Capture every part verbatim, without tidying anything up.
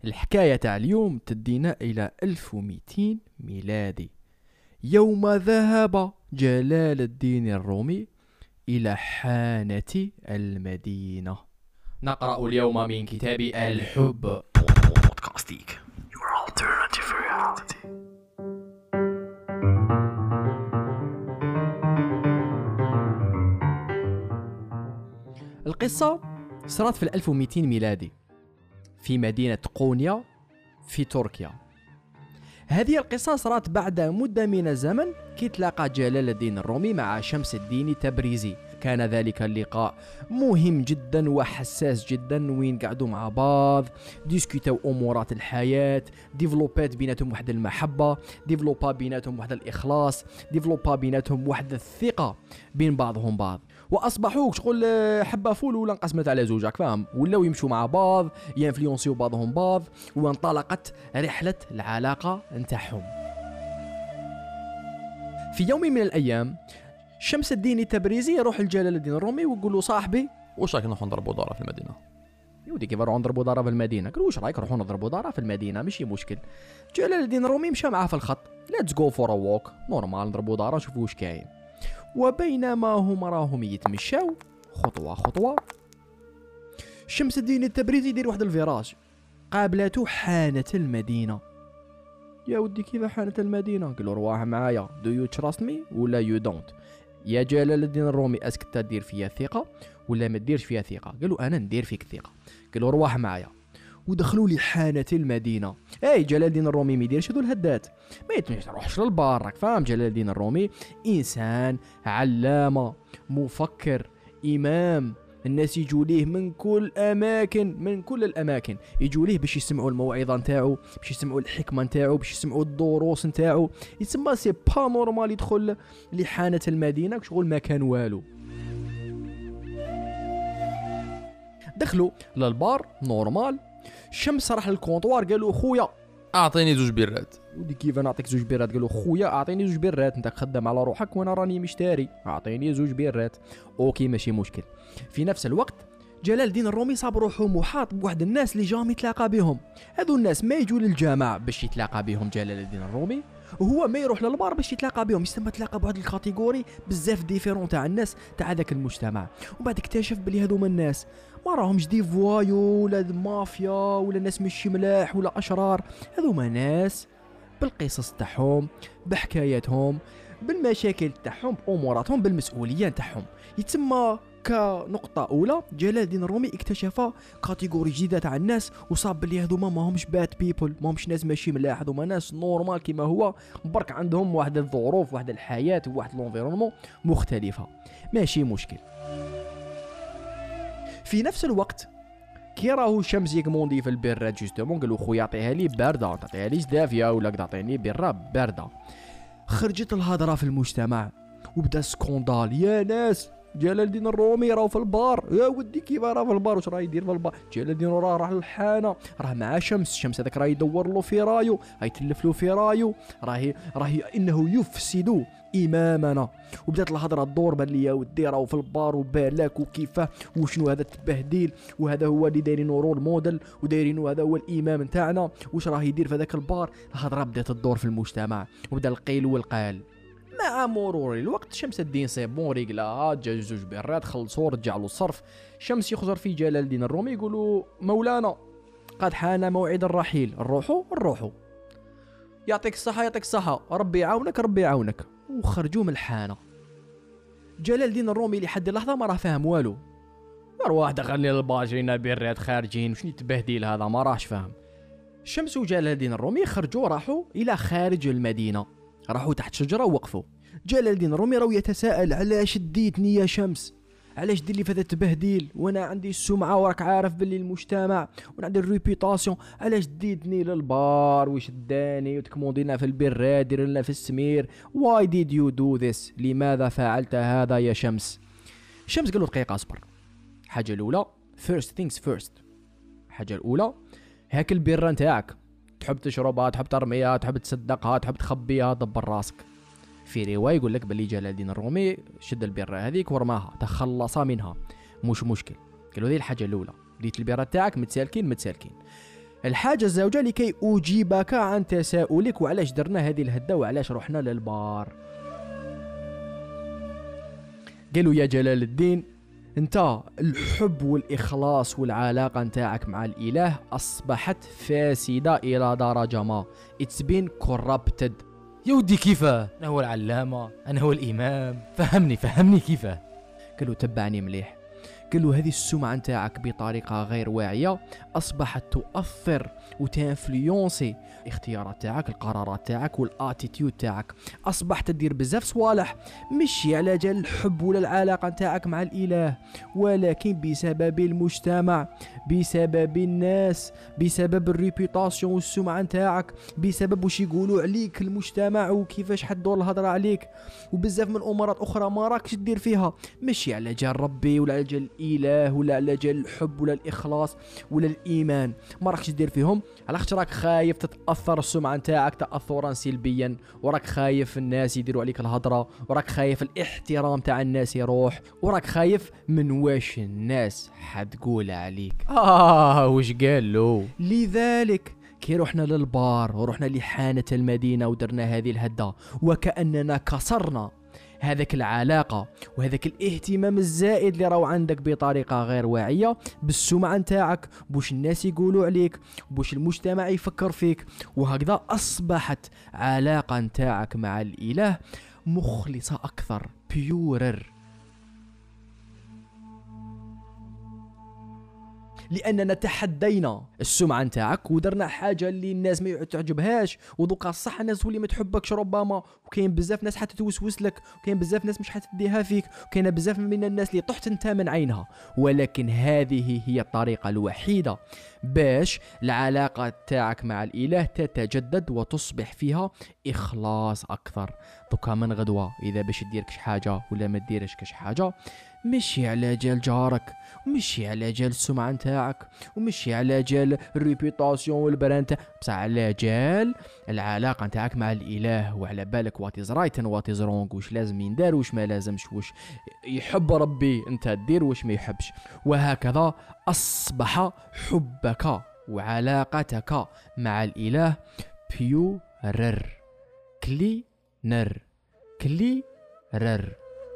الحكاية تاع اليوم تدينا إلى ألف ومئتين ميلادي، يوم ذهب جلال الدين الرومي إلى حانة المدينة. نقرأ اليوم من كتاب الحب بودكاستيك Your Alternative Reality. القصة صارت في الألف ومئتين ميلادي في مدينة قونيا في تركيا. هذه القصة صارت بعد مدة من الزمن كي تلاقى جلال الدين الرومي مع شمس الدين تبريزي. كان ذلك اللقاء مهم جدا وحساس جدا، وين قعدوا مع بعض ديسكوتاو امورات الحياة، ديفلوبات بيناتهم واحد المحبة، ديفلوبا بيناتهم واحد الاخلاص، ديفلوبا بيناتهم واحد الثقة بين بعضهم بعض، واصبحوا شغل حبه فول ولا انقسمت على زوجك فاهم، ولاو يمشوا مع بعض ينفلونسيو بعضهم بعض، وانطلقت رحله العلاقه نتاعهم. في يوم من الايام شمس الدين التبريزي يروح لجلال الدين الرومي ويقول له صاحبي واش رايك نروحوا نضربوا داره في المدينه؟ يودي كيف نروحوا نضربوا داره في المدينه؟ قال واش رايك نروحوا نضربوا داره في المدينه ماشي مشكل. جلال الدين الرومي مشى معاه في الخط، ليتس جو فور ا ووك، نورمال نضربوا داره نشوفوا واش كاين. وبينما هم راهم يتمشاو خطوة خطوة، شمس الدين التبريزي يدير واحد الفيراج، قابلته حانة المدينة. يا ودي كيف حانة المدينة؟ قالوا رواح معايا، دو يو تراست مي ولا يو دونت؟ يا جلال الدين الرومي اسك تدير فيها ثقة ولا ما تديرش فيها ثقة؟ قالوا انا ندير فيك ثقة. قالوا رواح معايا، ودخلوا لي حانة المدينة. اي جلال الدين الرومي ما يديرش هذو الهدات، ما يتروحش للبار، راك فاهم؟ جلال الدين الرومي انسان علامة مفكر امام، الناس يجوا ليه من كل اماكن، من كل الاماكن يجوا ليه باش يسمعوا الموعظه نتاعو، باش يسمعوا الحكمه نتاعو، باش يسمعوا الدروس نتاعو. يتسمى سي با نورمال يدخل لحانة المدينة شغل ما كان والو. دخلوا للبار نورمال، شمس راح للكونطوار قال له خويا اعطيني زوج بيرات. ودي كيف نعطيك زوج بيرات؟ قال له خويا اعطيني زوج بيرات، انت خدام على روحك وانا راني مشتري، اعطيني زوج بيرات. اوكي ماشي مشكل. في نفس الوقت جلال الدين الرومي صاب روحه محاط بواحد الناس اللي جام يتلاقى بهم. هذو الناس ما يجوا للجامع باش يتلاقى بهم جلال الدين الرومي، وهو ما يروح للبار باش يتلاقى بهم. يسمى تلاقى بواحد الكاتيجوري بزاف ديفيرون تاع الناس تاع هذاك المجتمع. وبعد اكتشف بلي هذوما الناس ما راهمش دي فوايو ولا مافيا ولا ناس مش ملاح ولا اشرار، هذوما ناس بالقصص تاعهم، بحكاياتهم، بالمشاكل تاعهم، باموراتهم، بالمسؤوليه تاعهم. يتسمى كنقطة أولى جلال الدين الرومي اكتشف كاتيجوري جديدة تاع الناس، وصاب بلي هذوما ما همش باد بيبل، ما همش ناس ماشي ملاح، هذوما ناس نورمال كيما هو، برك عندهم واحد الظروف، واحد الحياة، واحد لونفيرونمون مختلفة، ماشي مشكل. في نفس الوقت كي راهو شمس يكموندي في البيرات جوستومون، قالوا خويا عطيها لي باردة، تعطيها لي دافية ولا تعطيني بيرة باردة. خرجت الهضرة في المجتمع وبدا سكوندال، يا ناس جلال الدين الرومي راهو في البار. يا ودي كيف راه في البار؟ واش راه يدير في البار؟ جلال الدين راه راح للحانه، راه مع شمس، شمس هذاك راه يدور له في رايو، يتلف له في رايو، راه راه انه يفسد امامنا. وبدات الهضره تدور، بان لي يا ودي راهو في البار وبالك وكيفاه وشنو هذا التبهديل، وهذا هو اللي دايرينو رول موديل ودايرينو هذا هو الامام نتاعنا، واش راه يدير في هذاك البار. الهضره بدات تدور في المجتمع وبدا القيل والقال. مع مرور الوقت شمس الدين سي بون ريغلاها، جا جوج بيرات خلصوا رجع له الصرف. شمس يخزر في جلال الدين الرومي يقولوا مولانا قد حان موعد الرحيل، نروحوا نروحوا. يعطيك الصحة يعطيك الصحة، ربي يعاونك ربي يعاونك. وخرجوا من الحانة. جلال الدين الرومي لحد اللحظة ما راه فاهم والو، ارواح دخلني للباجينا بيرات خارجين وشني تبهديل هذا، ما راهش فاهم. شمس وجلال الدين الرومي خرجوا راحوا إلى خارج المدينة، راحوا تحت شجرة ووقفوا. جلال الدين الرومي راهو يتساءل، علاش ديتني يا شمس؟ علاش دير لي في هذا التبهديل وانا عندي السمعه وراك عارف باللي المجتمع وانا عندي الريبيوتاسيون؟ علاش ديتني للبار وش داني وتكموندينا في البراد دير لنا في السمير؟ واي ديد يو دو ذس؟ لماذا فعلت هذا يا شمس؟ شمس قال له دقيقه اصبر. حاجه الاولى فيرست ثينكس فيرست، الحاجه الاولى هاك البيره نتاعك تحب تشربها، تحب ترميها، تحب تصدقها، تحب تخبيها، دبر راسك. في روايه يقول لك بلي جلال الدين الرومي شد البيره هذيك ورماها، تخلص منها، مش مشكل. قالوا هذه الحاجه الاولى، ديت البيره تاعك متسالكين متسالكين. الحاجة الزوجة لكي أجيبك عن تساؤلك وعلاش درنا هذه الهدة وعلاش رحنا للبار. قالوا يا جلال الدين، انت الحب والإخلاص والعلاقة نتاعك مع الإله أصبحت فاسدة إلى درجة ما. It's been corrupted. يا ودي كيفاه؟ أنا هو العلامة، أنا هو الإمام، فهمني فهمني كيفاه. قالوا تبعني مليح. قالوا هذه السمعة نتاعك بطريقة غير واعية أصبحت تؤثر وتنفليونسي الاختيارات تاعك، القرارات تاعك والاتيتيود تاعك. أصبحت تدير بزاف صوالح مشي على جال الحب ولا العلاقة نتاعك مع الإله، ولكن بسبب المجتمع، بسبب الناس، بسبب الريبيوتاسيون والسمعة نتاعك، بسبب واش يقولوا عليك المجتمع وكيفاش حدور الهضرة عليك، وبزاف من أمورات أخرى ما راكش تدير فيها مشي على جال ربي ولا على جال الإله ولا على جال الحب ولا الإخلاص ولا الإيمان، ما راكش تدير فيهم على خاطر راك خايف تتأثر السمعة نتاعك تأثرا سلبيا، وراك خايف الناس يديروا عليك الهضرة، وراك خايف الاحترام تاع الناس يروح، وراك خايف من واش الناس حتقول عليك. آه وش قال له؟ لذلك كي رحنا للبار ورحنا لحانة المدينة ودرنا هذه الهدة وكأننا كسرنا هذاك العلاقة وهذاك الاهتمام الزائد اللي راهو عندك بطريقة غير واعية بالسمعة نتاعك، بوش الناس يقولوا عليك، بوش المجتمع يفكر فيك، وهكذا أصبحت علاقة نتاعك مع الإله مخلصة أكثر، بيورر. لاننا تحدينا السمعه نتاعك ودرنا حاجه اللي الناس ما تعجبهاش، ودوكا صح الناس تولي ما تحبكش ربما، وكاين بزاف ناس حتى توسوس لك، وكاين بزاف ناس مش حتديها فيك، وكاين بزاف من الناس اللي طحت انت من عينها، ولكن هذه هي الطريقه الوحيده باش العلاقه تاعك مع الاله تتجدد وتصبح فيها اخلاص اكثر. دوكا من غدوه اذا باش دير كش حاجه ولا ما ديرش كش حاجه، مشي على جال جارك، ومشي على جال السمعة نتاعك، ومشي على جال الريبيوتاسيون والبرانت، بصح على جال العلاقة نتاعك مع الإله، وعلى بالك وات از رايت اند وات از رونغ، واش لازم يندار واش ما لازمش، واش يحب ربي انت دير واش ما يحبش. وهكذا أصبح حبك وعلاقتك مع الإله بيورر كلينر كليرر.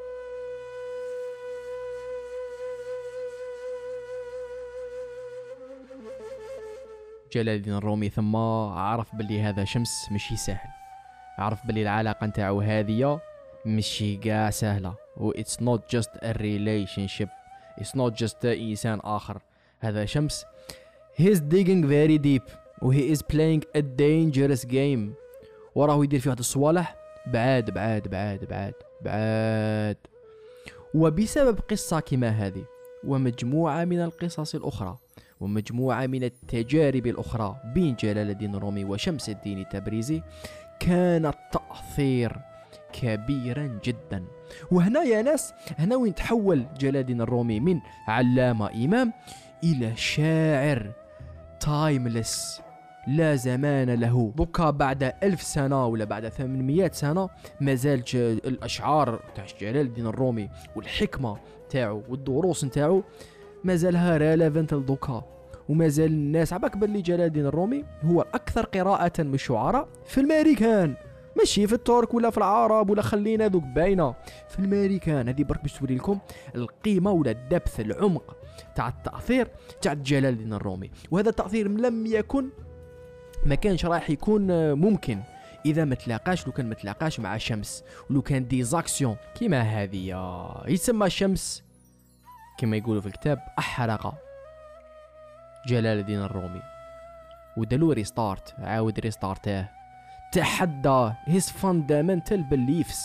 جلال الدين الرومي ثم عرف باللي هذا شمس مشي سهل، عرف باللي العلاقة نتاعو هذه مشي قاع سهلة، و it's not just a relationship، it's not just إنسان آخر. هذا شمس he's digging very deep و he is playing a dangerous game، وراه يدير في واحد الصوالح بعاد بعاد بعاد بعاد بعاد. وبسبب قصة كما هذه ومجموعة من القصص الأخرى ومجموعة من التجارب الأخرى بين جلال الدين الرومي وشمس الدين التبريزي، كان التأثير كبيرا جدا. وهنا يا ناس، هنا وين تحول جلال الدين الرومي من علامة إمام إلى شاعر تايملس لا زمان له. بكا بعد ألف سنة ولا بعد ثمانمائة سنة مازال الأشعار تاع جلال الدين الرومي والحكمة تاعو والدروس نتاعو مازالها ريليفنت لدوكا، ومازال الناس عباك باللي جلال الدين الرومي هو الأكثر قراءة من الشعراء في الأمريكان، ماشي في الترك ولا في العرب ولا خلينا ذوك باينة في الأمريكان. هذه برك باش توري لكم القيمة ولا الدبث العمق تاع التأثير تاع جلال الدين الرومي. وهذا التأثير لم يكن ما كانش راح يكون ممكن اذا ما تلاقاش، لو كان ما تلاقاش مع شمس، ولو كان دي زاكسيون كيما هذه. يسمى شمس كما يقولوا في الكتاب احرق جلال الدين الرومي ودلو ريستارت، عاود ريستارتاه، تحدى هيز فاندامنتال بليفز،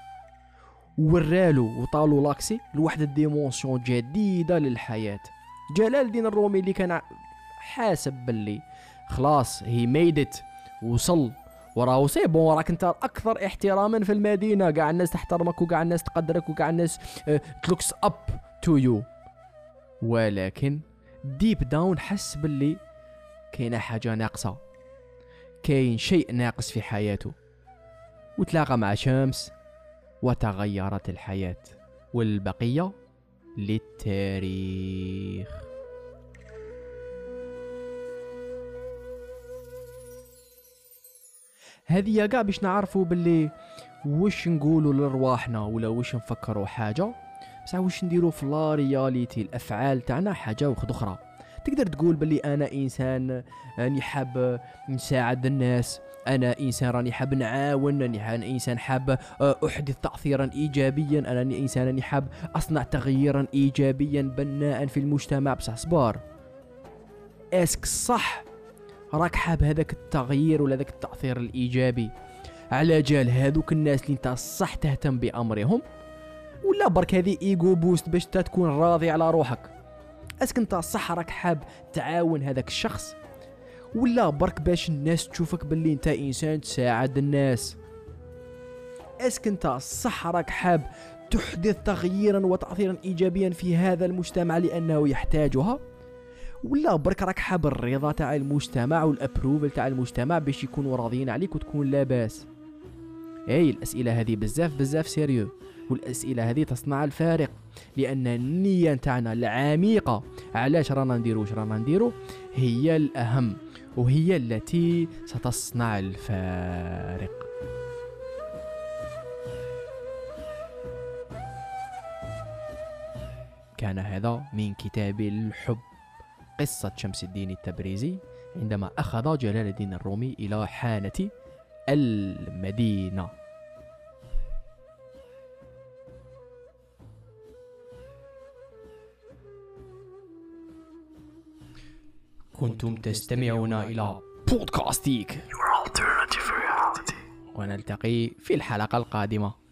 ورالو وطالو لاكسي لواحد الديمونسيون جديده للحياه. جلال الدين الرومي اللي كان حاسب باللي خلاص هي ميدت وصل وراه سي بون، راك انت اكثر احتراما في المدينه، كاع الناس تحترمك وكاع الناس تقدرك وكاع الناس تلوكس اب تو يو، ولكن ديب داون حس باللي كاينه حاجه ناقصه، كاين شيء ناقص في حياته، وتلاقى مع شمس وتغيرت الحياه، والبقيه للتاريخ. هذه كاع باش نعرفوا باللي واش نقولوا لرواحنا ولا واش نفكروا حاجه، بصح واش نديروا في لا رياليتي الافعال تاعنا حاجه واحده اخرى. تقدر تقول باللي انا انسان راني حاب نساعد الناس، انا انسان راني حاب نعاون، راني انسان حاب احدث تاثيرا ايجابيا، انا انسان راني حاب اصنع تغييرا ايجابيا بناء في المجتمع. بصح صبار، اسك صح راك حاب هذاك التغيير ولا ذاك التاثير الايجابي على جال هذوك الناس اللي انت صح تهتم بامرهم، ولا برك هذه ايجو بوست باش تكون راضي على روحك؟ اسك انت صح راك حاب تعاون هذاك الشخص، ولا برك باش الناس تشوفك باللي انت انسان تساعد الناس؟ اسك انت صح راك حاب تحدث تغييرا وتأثيرا ايجابيا في هذا المجتمع لانه يحتاجها، ولا برك راك حاب الرضا تاع المجتمع والابروفل تاع المجتمع باش يكونوا راضيين عليك وتكون لاباس؟ اي الاسئله هذه بزاف بزاف سيريو، والاسئله هذه تصنع الفارق، لان النيه تاعنا العميقه علاش رانا نديرو واش رانا نديرو هي الاهم، وهي التي ستصنع الفارق. كان هذا من كتاب الحب، قصة شمس الدين التبريزي عندما أخذ جلال الدين الرومي إلى حانة المدينة. كنتم تستمعون إلى بودكاستيك ونلتقي في الحلقة القادمة.